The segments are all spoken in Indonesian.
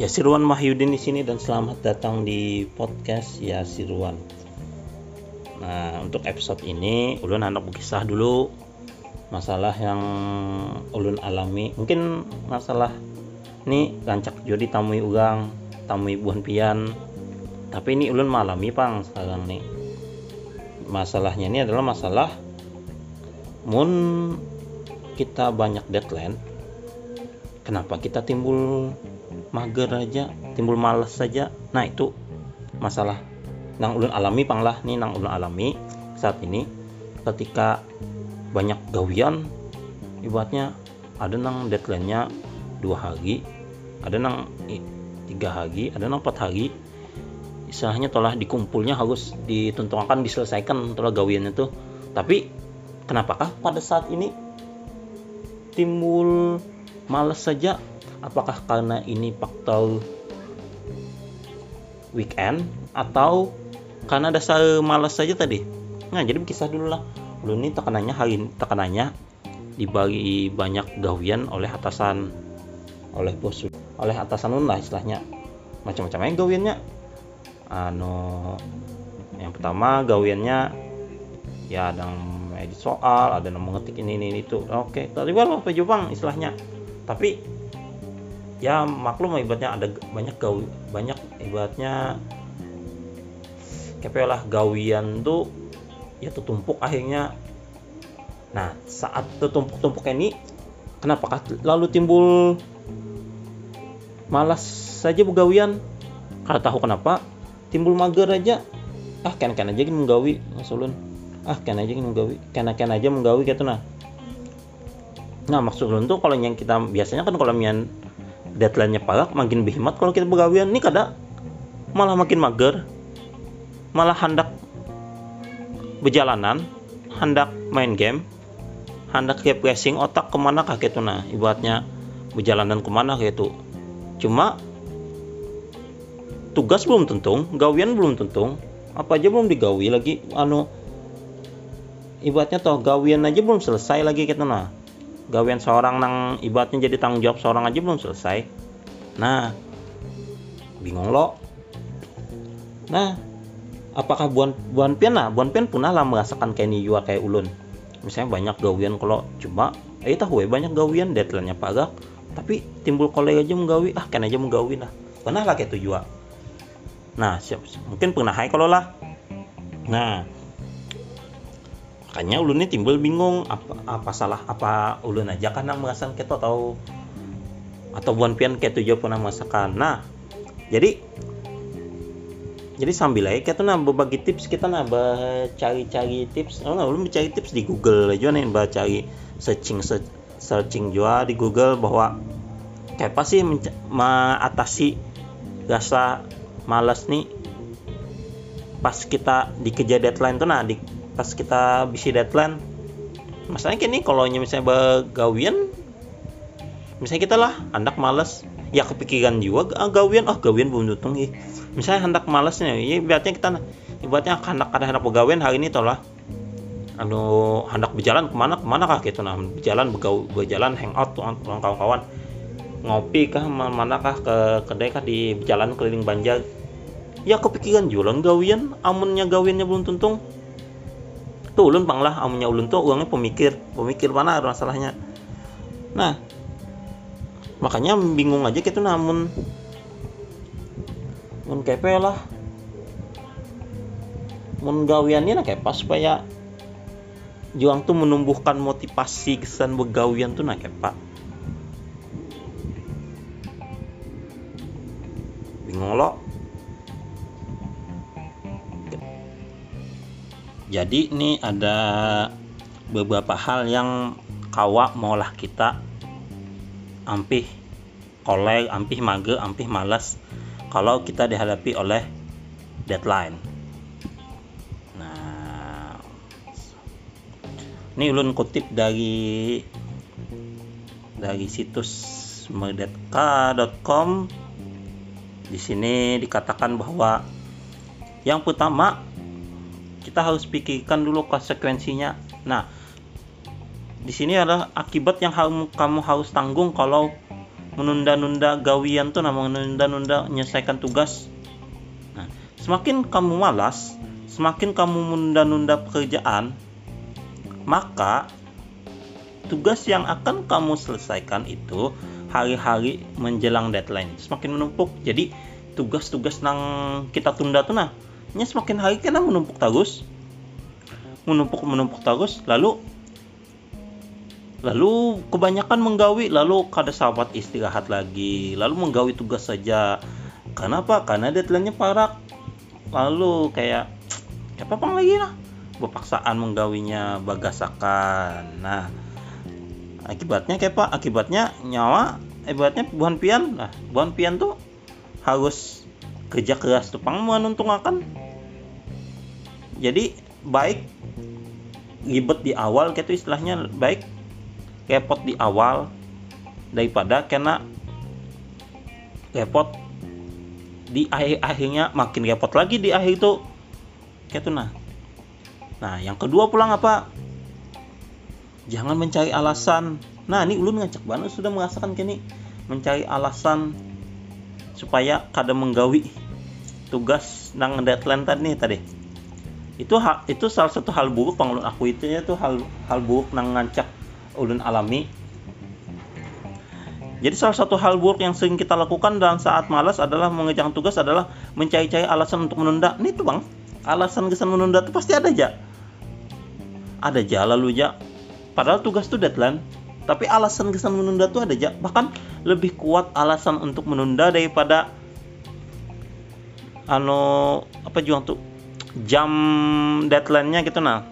Yasirwan Mahyudin di sini dan selamat datang di podcast Yasirwan. Nah, untuk episode ini ulun hendak berkisah dulu masalah yang ulun alami. Mungkin masalah ini rancak jodi tamui ugang, tamui buhan pian. Tapi ini ulun malami pang sekarang nih. Masalahnya ini adalah masalah mun kita banyak deadline, kenapa kita timbul mager aja, timbul malas saja. Nah, itu masalah nang ulun alami pang lah nih, nang ulun alami saat ini ketika banyak gawian. Ibaratnya ada nang deadline-nya 2 hari, ada nang 3 hari, ada nang 4 hari. Istilahnya telah dikumpulnya harus ditentukan diselesaikan telah gawiannya tuh. Tapi kenapakah pada saat ini timbul malas saja? Apakah karena ini faktor weekend atau karena dasar malas saja tadi? Nah, jadi berkisah dulu lah. Belum ini tekanannya dibagi banyak gawian oleh atasan, oleh bos, oleh atasan lah istilahnya. Macam-macamnya gawiannya. Yang pertama gawiannya ya ada edit soal, ada yang mengetik ini itu. Oke, tadi baru apa Jepang istilahnya. Tapi ya maklum ibaratnya ada banyak ibaratnya kepelah gawian tuh ya tertumpuk akhirnya. Nah, saat tertumpuk ini kenapa lalu timbul malas saja begawian? Kalau tahu kenapa timbul mager aja. Kan aja menggawi masulun. Kan aja menggawi, kan aja menggawi gitu nah. Nah, maksud ulun tuh kalau yang kita biasanya kan kalau mian deadline-nya parak makin berhemat kalau kita begawian nih kada malah makin mager, malah hendak berjalanan, hendak main game, hendak refreshing otak kemana kah gitu nah, ibaratnya berjalanan kemana gitu. Cuma tugas belum tentu, gawian belum tentu, apa aja belum digawi lagi, ibaratnya toh gawian aja belum selesai lagi gitu nah. Gawian seorang nang ibaratnya jadi tanggung jawab seorang aja belum selesai. Nah, bingung lo. Nah, apakah buan pian pernah lah merasakan kayak ni juga kayak ulun. Misalnya banyak gawian kalau cuma tahu banyak gawian deadline-nya parak, tapi timbul kolega aja menggawi, kan aja menggawi lah. Pernah lah kayak itu juga. Nah, mungkin pernah kalau lah. Nah, makanya ulun ini timbul bingung apa salah, apa ulun aja kan yang merasakan keto atau buan pian keto juga pernah merasakan. Nah, jadi sambil aja kita berbagi tips, kita cari tips. Ulun mencari tips di Google aja nih, cari searching juga di Google bahwa kayak apa sih mengatasi rasa malas nih pas kita dikejar deadline tuh. Nah, pas kita bisi deadline, masalahnya gini, kalau misalnya begawian, misalnya kita lah hendak malas, ya kepikiran juga gawian belum tutung misalnya hendak malasnya, ya ibaratnya kita hendak begawian hari ini toh lah, hendak berjalan kemana kah gitu nah, berjalan hangout tuh kawan-kawan, ngopi kah mana kah ke kedai kah di jalan keliling Banjar, ya kepikiran jualan gawian, amunnya gawiannya belum tuntung tuh ulun pang lah, amunnya ulun tuh uangnya pemikir mana masalahnya. Nah, makanya bingung aja gitu namun kepe lah mun gawiannya nah kayak pas supaya juang tuh menumbuhkan motivasi kesan begawian tuh nah kayak pak bingung lo. Jadi ini ada beberapa hal yang kawa maulah kita ampih mager, ampih malas kalau kita dihadapi oleh deadline. Nah, ini ulun kutip dari situs merdeka.com. Di sini dikatakan bahwa yang pertama kita harus pikirkan dulu konsekuensinya. Nah, di sini adalah akibat yang kamu harus tanggung kalau menunda-nunda gawian tuh, menunda-nunda menyelesaikan tugas. Nah, semakin kamu malas, semakin kamu menunda-nunda pekerjaan, maka tugas yang akan kamu selesaikan itu hari-hari menjelang deadline semakin menumpuk. Jadi tugas-tugas yang kita tunda tuh semakin hari kena menumpuk terus, lalu kebanyakan menggawi, lalu kada sahabat istirahat lagi, lalu menggawi tugas saja. Kenapa? Karena deadline-nya parak. Lalu kayak apa lagi lah, berpaksaan menggawinya bagasakan. Nah, akibatnya kayak apa? Akibatnya nyawa, ibaratnya buhan pian. Nah, buhan pian tuh harus kerja keras tuh pang menuntungakan. Jadi baik ribet di awal gitu istilahnya, baik repot di awal daripada kena repot di akhirnya, makin repot lagi di akhir itu kayak tuh. Nah, yang kedua pulang apa? Jangan mencari alasan. Nah, ini ulun ngacak banget sudah merasakan kini mencari alasan supaya kada menggawi tugas nang deadline tadi. Itu salah satu hal buruk pang ulun aku itu ya tuh hal buruk nang ngancak ulun alami. Jadi salah satu hal buruk yang sering kita lakukan dalam saat malas adalah mengerjakan tugas adalah mencari-cari alasan untuk menunda. Ini tuh bang, alasan kesan menunda tuh pasti ada aja lalu aja. Padahal tugas tuh deadline, tapi alasan kesan menunda tuh ada aja. Bahkan lebih kuat alasan untuk menunda daripada juang tuh jam deadline-nya gitu. Nah,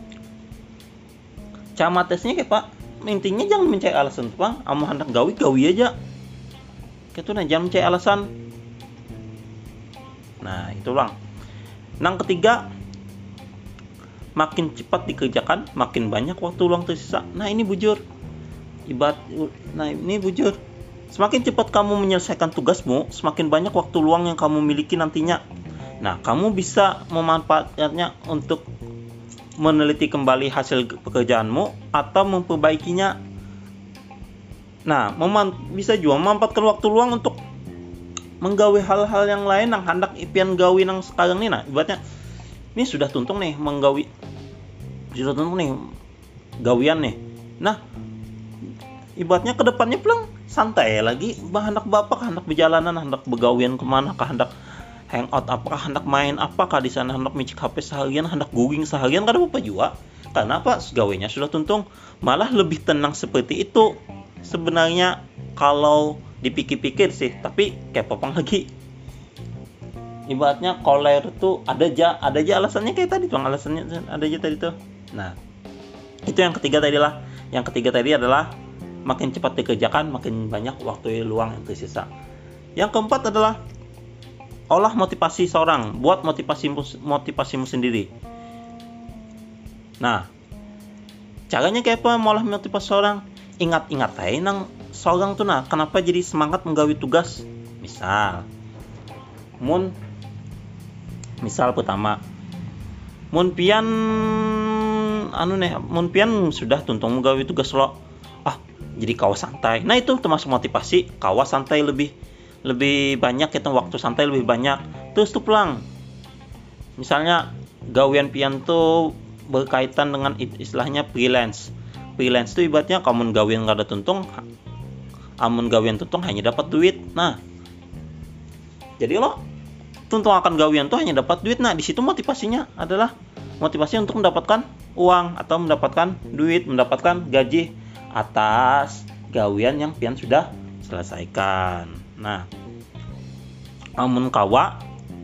camatesnya kayak pak, intinya jangan mencari alasan tuh bang. Amu hendak gawi aja gitu. Nah, jangan mencari alasan. Nah, itu bang. Yang ketiga, makin cepat dikerjakan, makin banyak waktu luang tersisa. Nah, ini bujur. Semakin cepat kamu menyelesaikan tugasmu, semakin banyak waktu luang yang kamu miliki nantinya. Nah, kamu bisa memanfaatkannya untuk meneliti kembali hasil pekerjaanmu atau memperbaikinya. Nah, bisa juga memanfaatkan waktu luang untuk menggawe hal-hal yang lain yang hendak ipian gawi nang sekarang nih. Nah, ibaratnya ini sudah tuntung nih gawian nih. Nah, ibaratnya kedepannya pulang santai lagi, hendak bapak, hendak berjalanan, hendak begawian kemana, hendak hangout apakah, hendak main apakah di sana, hendak micik HP seharian, hendak googling seharian, kada apa juga. Karena apa? Segawainya sudah tuntung. Malah lebih tenang seperti itu sebenarnya kalau dipikir-pikir sih. Tapi kayak popang lagi. Ibaratnya koler tuh ada aja alasannya kayak tadi tuh, alasannya ada aja tadi tuh. Nah, itu yang ketiga tadi lah. Yang ketiga tadi adalah makin cepat dikerjakan, makin banyak waktu luang yang tersisa. Yang keempat adalah olah motivasi seorang, buat motivasimu sendiri. Nah, caranya kayak apa olah motivasi seorang? Ingat aja nang seorang tuh kenapa jadi semangat menggawi tugas. Misal pertama, mun pian sudah tuntung menggawi tugas lo. Jadi kawas santai. Nah, itu termasuk motivasi. Kawas santai lebih banyak, kita waktu santai lebih banyak. Terus tuh pulang, misalnya gawian pian tuh berkaitan dengan istilahnya freelance tuh ibaratnya kamu gawian kada tuntung, amun gawian tuntung hanya dapat duit. Nah, jadi lo tuntung akan gawian tuh hanya dapat duit. Nah, di situ motivasinya adalah motivasi untuk mendapatkan uang atau mendapatkan duit, mendapatkan gaji atas gawian yang pian sudah selesaikan. Nah, mun kawa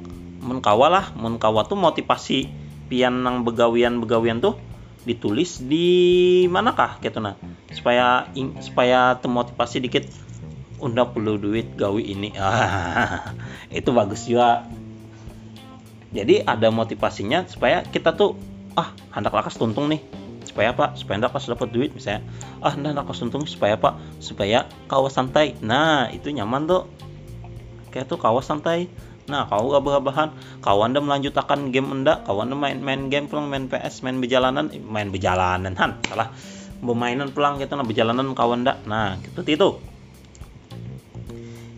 tuh motivasi pian nang begawian tuh ditulis di manakah gitu. Nah, supaya termotivasi dikit, unda perlu duit gawi ini. Itu bagus juga. Jadi ada motivasinya supaya kita tuh hendak lakas tuntung nih. Supaya apa? Supaya hendak lakas dapat duit misalnya. Hendak lakas tuntung supaya apa? Supaya kawas santai. Nah, itu nyaman tuh. Kayak tuh kawas santai. Nah, kau abah-abahan, kau anda melanjutkan game anda, kau anda main game pulang, main PS, main berjalanan bermainan pulang gitu, berjalanan kau anda. Nah, gitu.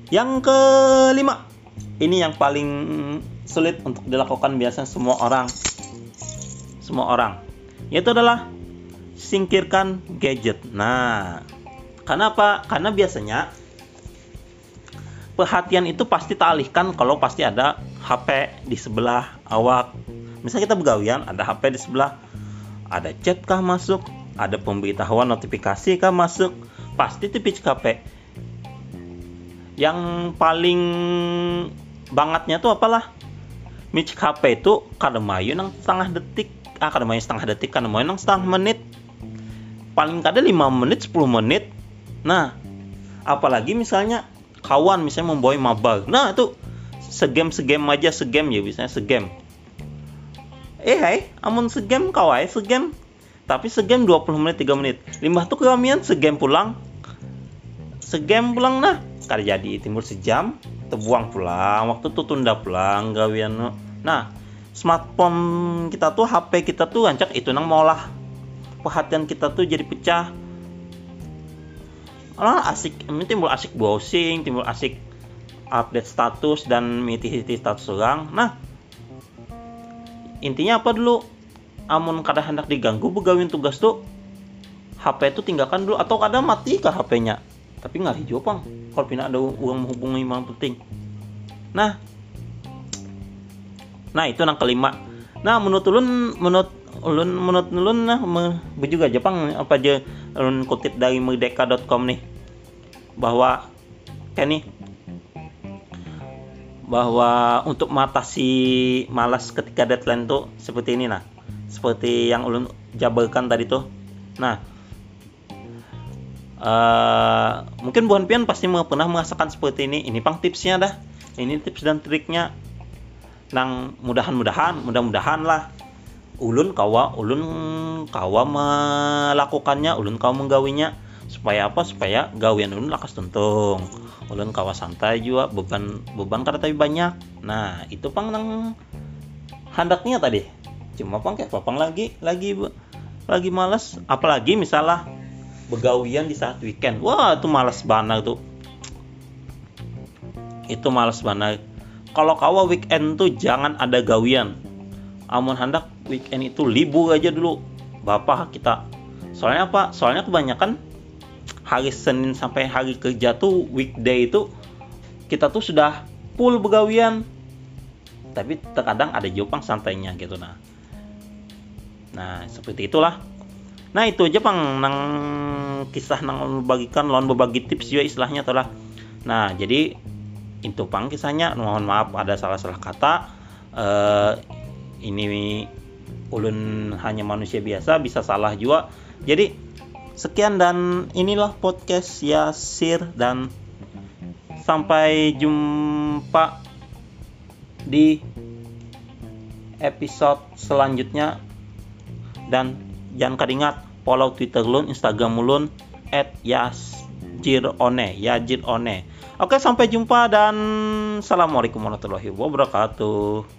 Yang kelima, ini yang paling sulit untuk dilakukan biasanya semua orang, yaitu adalah singkirkan gadget. Nah, kenapa? Karena biasanya perhatian itu pasti teralihkan kalau pasti ada HP di sebelah awak. Misalnya kita begawian, ada HP di sebelah, ada chat kah masuk, ada pemberitahuan notifikasi kah masuk, pasti tipis HP. Yang paling bangetnya tuh apalah? Micik HP itu kademayu nang setengah detik, kademayu nang setengah menit. Paling kada 5 menit, 10 menit. Nah, apalagi misalnya kawan misalnya membawa mabar. Nah, itu segame aja ya, biasanya segame. Amun segame kawai segame. Tapi segame 20 menit, 3 menit. Limbah tuh keramian segame pulang. Nah, kada jadi timbul sejam, terbuang pulang, waktu tuh tunda pulang gawian. Nah, smartphone kita tuh, HP kita tuh rancak itu nang maulah perhatian kita tuh jadi pecah. Timbul asik browsing, timbul asik update status dan mitihiti status orang. Nah, intinya apa dulu? Amun kada hendak diganggu begawin tugas tuh, HP itu tinggalkan dulu atau kada mati kah HP-nya. Tapi ngari juga pang kalau pina ada uang menghubungi yang penting. Nah itu yang kelima. Nah menurut ulun nah juga Jepang apa aja ulun kutip dari merdeka.com nih, bahwa untuk mengatasi malas ketika deadline tuh seperti ini. Nah, seperti yang ulun jabarkan tadi tuh. Nah, mungkin buan pian pasti pernah merasakan seperti ini. Ini pang tipsnya dah. Ini tips dan triknya. Nang mudah-mudahan lah ulun kawa melakukannya, ulun kawa menggawinya. Supaya apa? Supaya gawian ulun lakas tuntung. Ulun kawa santai juga, beban kada tapi banyak. Nah, itu pang nang handaknya tadi. Cuma pang kayak papang lagi malas, apalagi misalnya begawian di saat weekend. Wah, itu malas banget tuh. Itu malas banget. Kalau kawa weekend tuh jangan ada gawian. Amun hendak weekend itu libur aja dulu. Bapak kita. Soalnya apa? Soalnya kebanyakan hari Senin sampai hari kerja tuh weekday itu kita tuh sudah full begawian. Tapi terkadang ada jopang santainya gitu. Nah, seperti itulah. Nah, itu aja pang nang kisah nang bagikan lawan berbagi tips juga istilahnya tuh lah. Nah, jadi itu pang kisahnya. Mohon maaf ada salah-salah kata. Ini ulun hanya manusia biasa, bisa salah juga. Jadi sekian dan inilah podcast Yasir, dan sampai jumpa di episode selanjutnya. Dan jangan keringat follow Twitter ulun, Instagram ulun @yajirone. Oke, sampai jumpa dan assalamualaikum warahmatullahi wabarakatuh.